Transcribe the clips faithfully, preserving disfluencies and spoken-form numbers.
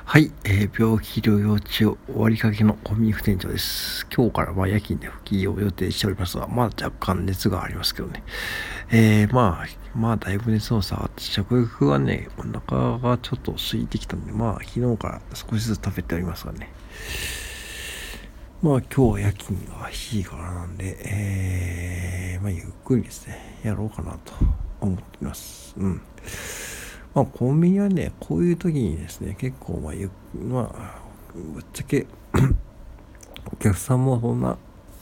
はい、えー病気療養中終わりかけのコンビニ副店長です。今日からまあ夜勤で復帰を予定しておりますが、まあ若干熱がありますけどね。えー、まあ、まあだいぶ熱の下がって、食欲がね、お腹がちょっと空いてきたんで、まあ昨日から少しずつ食べておりますがね。まあ今日は夜勤がしちじからなんで、えー、まあゆっくりですね、やろうかなと思っています。うん。まあコンビニはね、こういう時にですね、結構まあゆまあ、ぶっちゃけお客さんもそんな、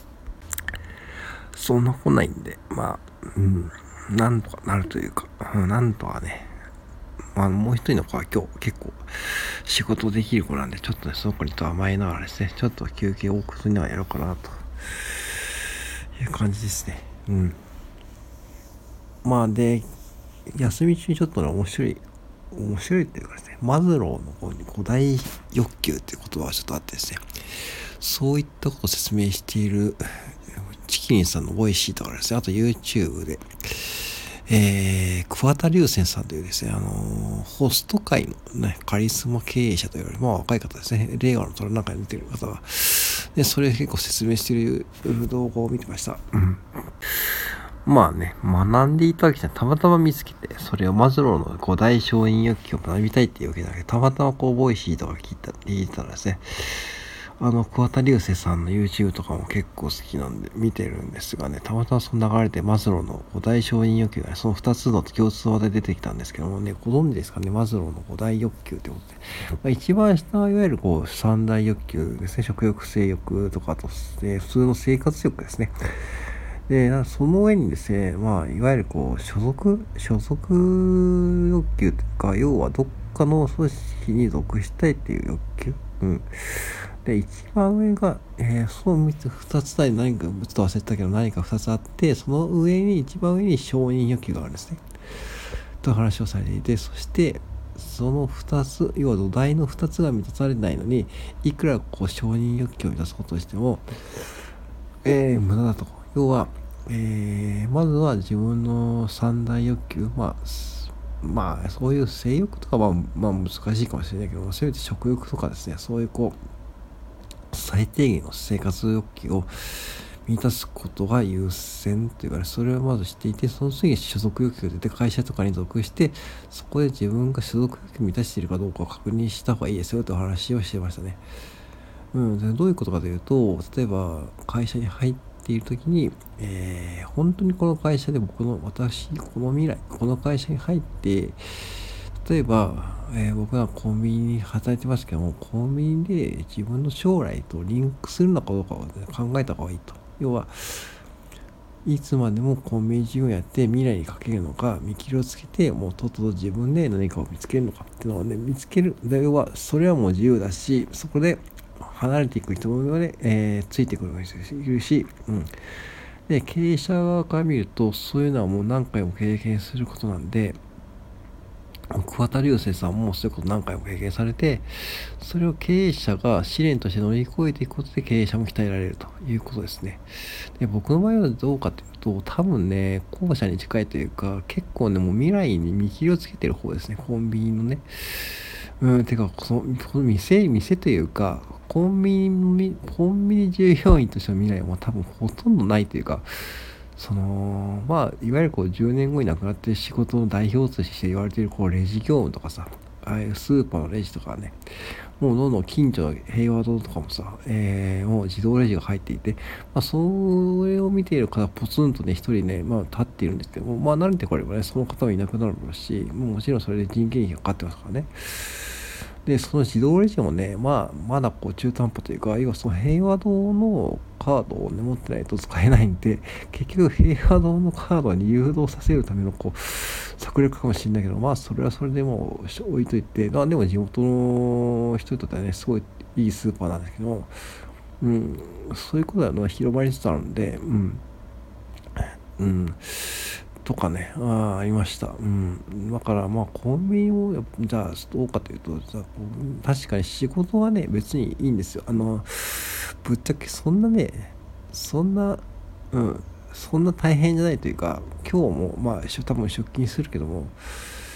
そんな来ないんで、まあ、うん、なんとかなるというか、うん、なんとかね、まあもう一人の子は今日結構仕事できる子なんで、ちょっとね、その子にと甘えながらですね、ちょっと休憩を多くするにはやろうかなという感じですね。うん。まあで、休み中にちょっとね、面白い、面白いっていうかですね、マズローの五大欲求っていう言葉がちょっとあってですね、そういったことを説明しているチキリンさんのボイシーとかですね、あと YouTube で、えー、桑田流星さんというですね、あのー、ホスト界のね、カリスマ経営者というより、まあ若い方ですね、令和の虎の中に出てる方が、で、それ結構説明している動画を見てました。うん。まあね、学んでいたわけじゃたまたま見つけて、それをマズローの五大承認欲求を学びたいっていうわけだけど、たまたまこう、ボイシーとか聞いた、聞いたらですね、あの、桑田流星さんの YouTube とかも結構好きなんで見てるんですがね、たまたまその流れでマズローの五大承認欲求が、ね、その二つの共通話で出てきたんですけどもね、ご存知ですかね、マズローの五大欲求ってことで。まあ、一番下はいわゆるこう、三大欲求ですね、食欲、性欲とかと、えー普通の生活欲ですね。で、その上にですね、まあ、いわゆるこう、所属、所属欲求というか、要はどっかの組織に属したいっていう欲求。うん。で、一番上が、えー、その三つ、二つない何か、ちょっと忘れたけど何か二つあって、その上に、一番上に承認欲求があるんですね。という話をされていて、そして、その二つ、要は土台の二つが満たされないのに、いくらこう承認欲求を満たそうとしても、えー、無駄だと。要は、えー、まずは自分の三大欲求、まあ、まあ、そういう性欲とかは、まあ難しいかもしれないけど、せめて食欲とかですね、そういうこう、最低限の生活欲求を満たすことが優先というか、ね、それをまずしていて、その次に所属欲求が出て会社とかに属して、そこで自分が所属欲求を満たしているかどうかを確認した方がいいですよという話をしてましたね。うん、でどういうことかというと、例えば会社に入っているときに、えー、本当にこの会社で僕の、私、この未来、この会社に入って、例えば、えー僕はコンビニに働いてますけども、コンビニで自分の将来とリンクするのかどうかを、ね、考えた方がいいと。要は、いつまでもコンビニ事業やって未来にかけるのか、見切りをつけて、もうとっとと自分で何かを見つけるのかっていうのをね、見つける。要は、それはもう自由だし、そこで離れていく人もね、えー、ついてくる人もいるし、うん。で、経営者側から見ると、そういうのはもう何回も経験することなんで、桑田流星さんもそういうこと何回も経験されて、それを経営者が試練として乗り越えていくことで経営者も鍛えられるということですね。で、僕の場合はどうかというと、多分ね、後者に近いというか、結構ね、もう未来に見切りをつけてる方ですね、コンビニのね。うん、てか、その、この店、店というか、コンビニ、コンビニ従業員としての未来は多分ほとんどないというか、その、まあ、いわゆるこうじゅうねんごに亡くなってる仕事の代表として言われているこうレジ業務とかさ、ああいうスーパーのレジとかね、もうどんどん近所の平和堂とかもさ、えー、もう自動レジが入っていて、まあ、それを見ている方、ポツンとね、一人ね、まあ、立っているんですけども、まあ、慣れてこればね、その方はいなくなるだろうし、もうもちろんそれで人件費がかかってますからね。で、その自動レジもね、まあ、まだこう中途半端というか、要はその平和堂のカードをね、持ってないと使えないんで、結局平和堂のカードに誘導させるためのこう、策略かもしれないけど、まあ、それはそれでもう置いといて、まあ、でも地元の人にとってはね、すごいいいスーパーなんですけど、うん、そういうことは広まりつつあるんで、うん、うん。とかね、ああ、ありました。うん。だから、まあ、コンビニも、じゃあ、どうかというと、じゃあ確かに仕事はね、別にいいんですよ。あの、ぶっちゃけそんなね、そんな、うん、そんな大変じゃないというか、今日も、まあ、しょ多分出勤するけども、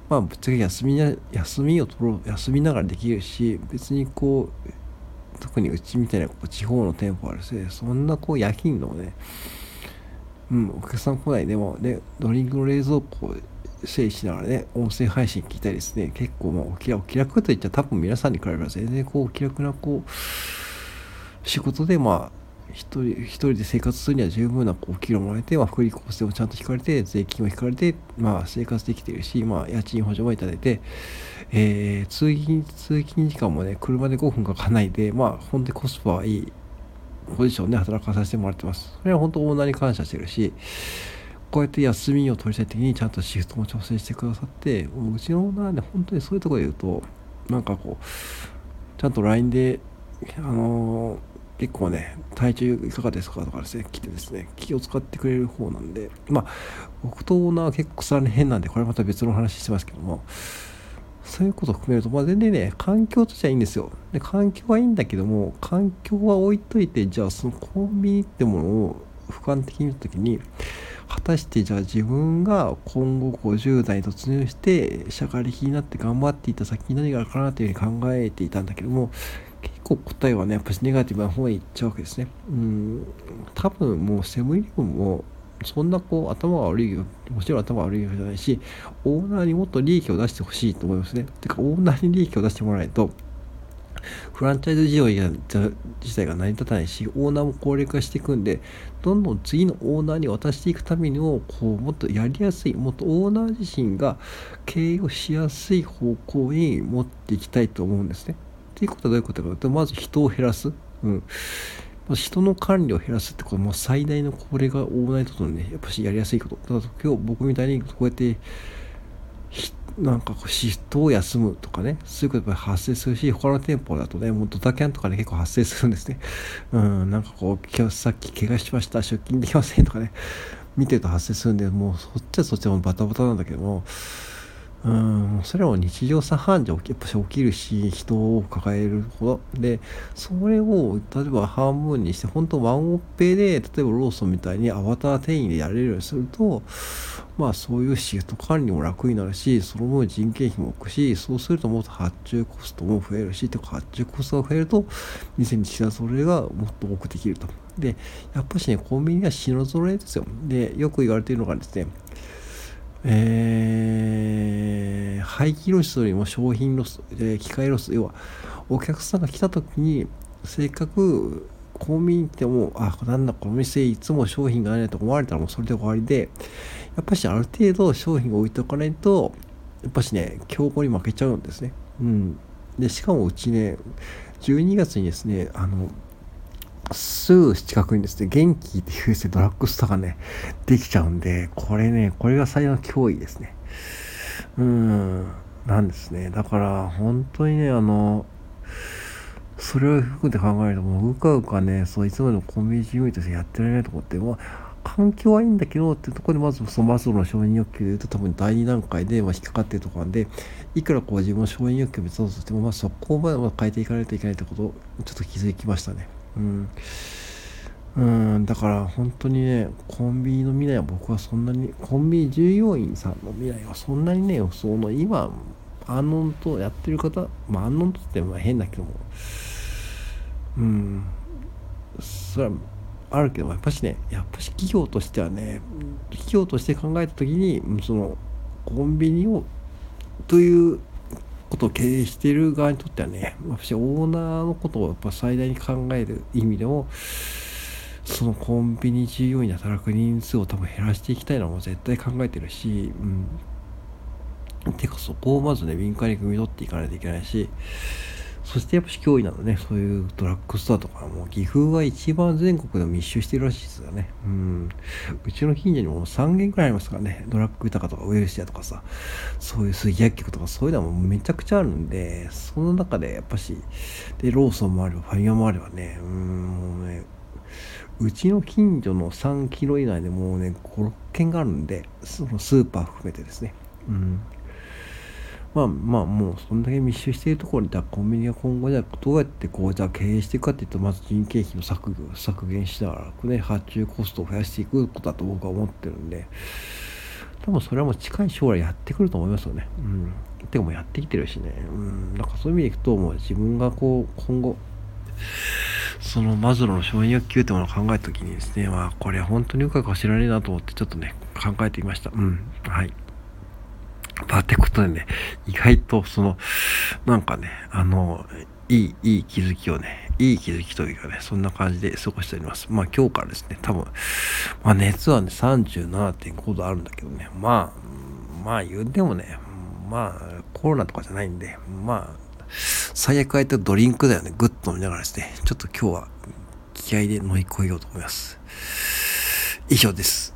まあぶっちゃけ休みな休みを取ろう休みながらできるし、別にこう特にうちみたいなこう地方の店舗はですね、そんなこう夜勤のね、うん、お客さん来ないでもね、ドリンクの冷蔵庫を整理しながらね、音声配信聞いたりですね、結構まあお気楽、お気楽と言っちゃ多分皆さんに比べれば全然こうお気楽なこう仕事でまあ一人一人で生活するには十分なこうお給料もらえて、まあ、福利厚生もちゃんと引かれて、税金も引かれて、まあ生活できているし、まあ家賃補助もいただいて、えー、通勤通勤時間もね車でごふんかかんないで、まあ本当にコスパはいいポジションで働かさせてもらってます。それは本当オーナーに感謝してるし、こうやって休みを取りたい時にちゃんとシフトも調整してくださって、もううちのオーナーね、本当にそういうところで言うと、なんかこう、ちゃんと ライン で、あのー結構ね、体調いかがですかとかですね、来てですね、気を使ってくれる方なんで、まあ、僕とオーナーは結構腐られ変なんで、これまた別の話してますけども、そういうことを含めると、まあ、全然ね、環境としてはいいんですよ。で、環境はいいんだけども、環境は置いといて、じゃあそのコンビニってものを俯瞰的に見たときに、果たしてじゃあ自分が今後ごじゅう代に突入して社会的になって頑張っていった先に何があるかなというふうに考えていたんだけども、結構答えはね、やっぱりネガティブな方に行っちゃうわけですね。うん、多分もうセブンイレブンもそんなこう頭が悪いよ、もちろん頭が悪いわけじゃないし、オーナーにもっと利益を出してほしいと思いますね。てかオーナーに利益を出してもらわないと、フランチャイズ事業や自体が成り立たないし、オーナーも高齢化していくんで、どんどん次のオーナーに渡していくためにも、こう、もっとやりやすい、もっとオーナー自身が経営をしやすい方向に持っていきたいと思うんですね。っていうことはどういうことかというと、まず人を減らす。うん。人の管理を減らすってことはもう最大のこれがオーナーにとってのね、やっぱしやりやすいこと。だから今日僕みたいにこうやってなんかこうシフトを休むとかね、そういうことが発生するし、他の店舗だとね、もうドタキャンとかで結構発生するんですね。うん、なんかこう、今日さっき怪我しました、出勤できませんとかね、見てると発生するんで、もうそっちはそっちはバタバタなんだけども、うん、それも日常茶飯事やっぱし起きるし、人を抱えるほど。で、それを、例えば半分にして、本当ワンオペで、例えばローソンみたいにアバター店員でやれるようにすると、まあそういうシフト管理も楽になるし、その分人件費も浮くし、そうするともっと発注コストも増えるし、とか発注コストが増えると、店にしたそれがもっと多くできると。で、やっぱしね、コンビニは品揃えですよ。で、よく言われているのがですね、えー、廃棄ロスよりも商品ロス、えー機械ロス、要はお客さんが来た時にせっかくコンビニ行っても、あ、なんだこの店いつも商品がないと思われたらもうそれで終わりで、やっぱしある程度商品を置いておかないと、やっぱしね、競合に負けちゃうんですね。うん。で、しかもうちね、じゅうにがつにですね、あの、すぐ近くにですね、元気っていうですね、ドラッグストアがね、できちゃうんで、これね、これが最大の脅威ですね。うーん、なんですね。だから、本当にね、あの、それを含めて考えると、もう、うかうかね、そう、いつまでもコンビニ事務員としてやってられないと思って、まあ、環境はいいんだけどっていうところで、まず、そのマスローの承認欲求で言うと、多分だいに段階で、まあ、引っかかっているところなんで、いくらこう自分の承認欲求を目指そうとしても、まあ、そこまでまあ変えていかないといけないってことを、ちょっと気づきましたね。うん。うん、だから本当にね、コンビニの未来は僕はそんなに、コンビニ従業員さんの未来はそんなにね、その今、アンノンとやってる方、まあアンノンとってまあ変だけども、うん、それはあるけども、やっぱしね、やっぱし企業としてはね、企業として考えたときに、そのコンビニをということを経営している側にとってはね、やっぱしオーナーのことをやっぱ最大に考える意味でも、そのコンビニ従業員で働く人数を多分減らしていきたいのは絶対考えてるし、うん。てかそこをまずね、敏感に汲み取っていかないといけないし、そしてやっぱし脅威なのね、そういうドラッグストアとかも、岐阜は一番全国でも密集してるらしいですよね。うん。うちの近所にもさん軒くらいありますからね、ドラッグ豊かとかウエルシアとかさ、そういう水薬局とかそういうのはもうめちゃくちゃあるんで、その中でやっぱし、で、ローソンもあれば、ファミマもあればね、うん、もうね、うちの近所のさんキロ以内でもうね、ご、ろっ軒があるんで、そのスーパー含めてですね。うん。まあまあ、もうそんだけ密集しているところに、じゃあコンビニが今後じゃあどうやってこう、じゃあ経営していくかっていうと、まず人件費の削減削減しながら、ね、発注コストを増やしていくことだと僕は思ってるんで、 多分それはもう近い将来やってくると思いますよね。うん。てかもうやってきてるしね。うん。なんかそういう意味でいくと、もう自分がこう、今後、そのマズローの承認欲求ってものを考えたときにですね、まあ、これは本当にうかうか知らねえなと思って、ちょっとね、考えてみました。うん。はい。まあ、ってことでね、意外とその、なんかね、あの、いい、いい気づきをね、いい気づきというかね、そんな感じで過ごしております。まあ今日からですね、多分、まあ熱はね、さんじゅうななてんごどあるんだけどね、まあ、まあ言うてもね、まあコロナとかじゃないんで、まあ、最悪あえてドリンクだよね、グッと飲みながらですね、ちょっと今日は気合で乗り越えようと思います。以上です。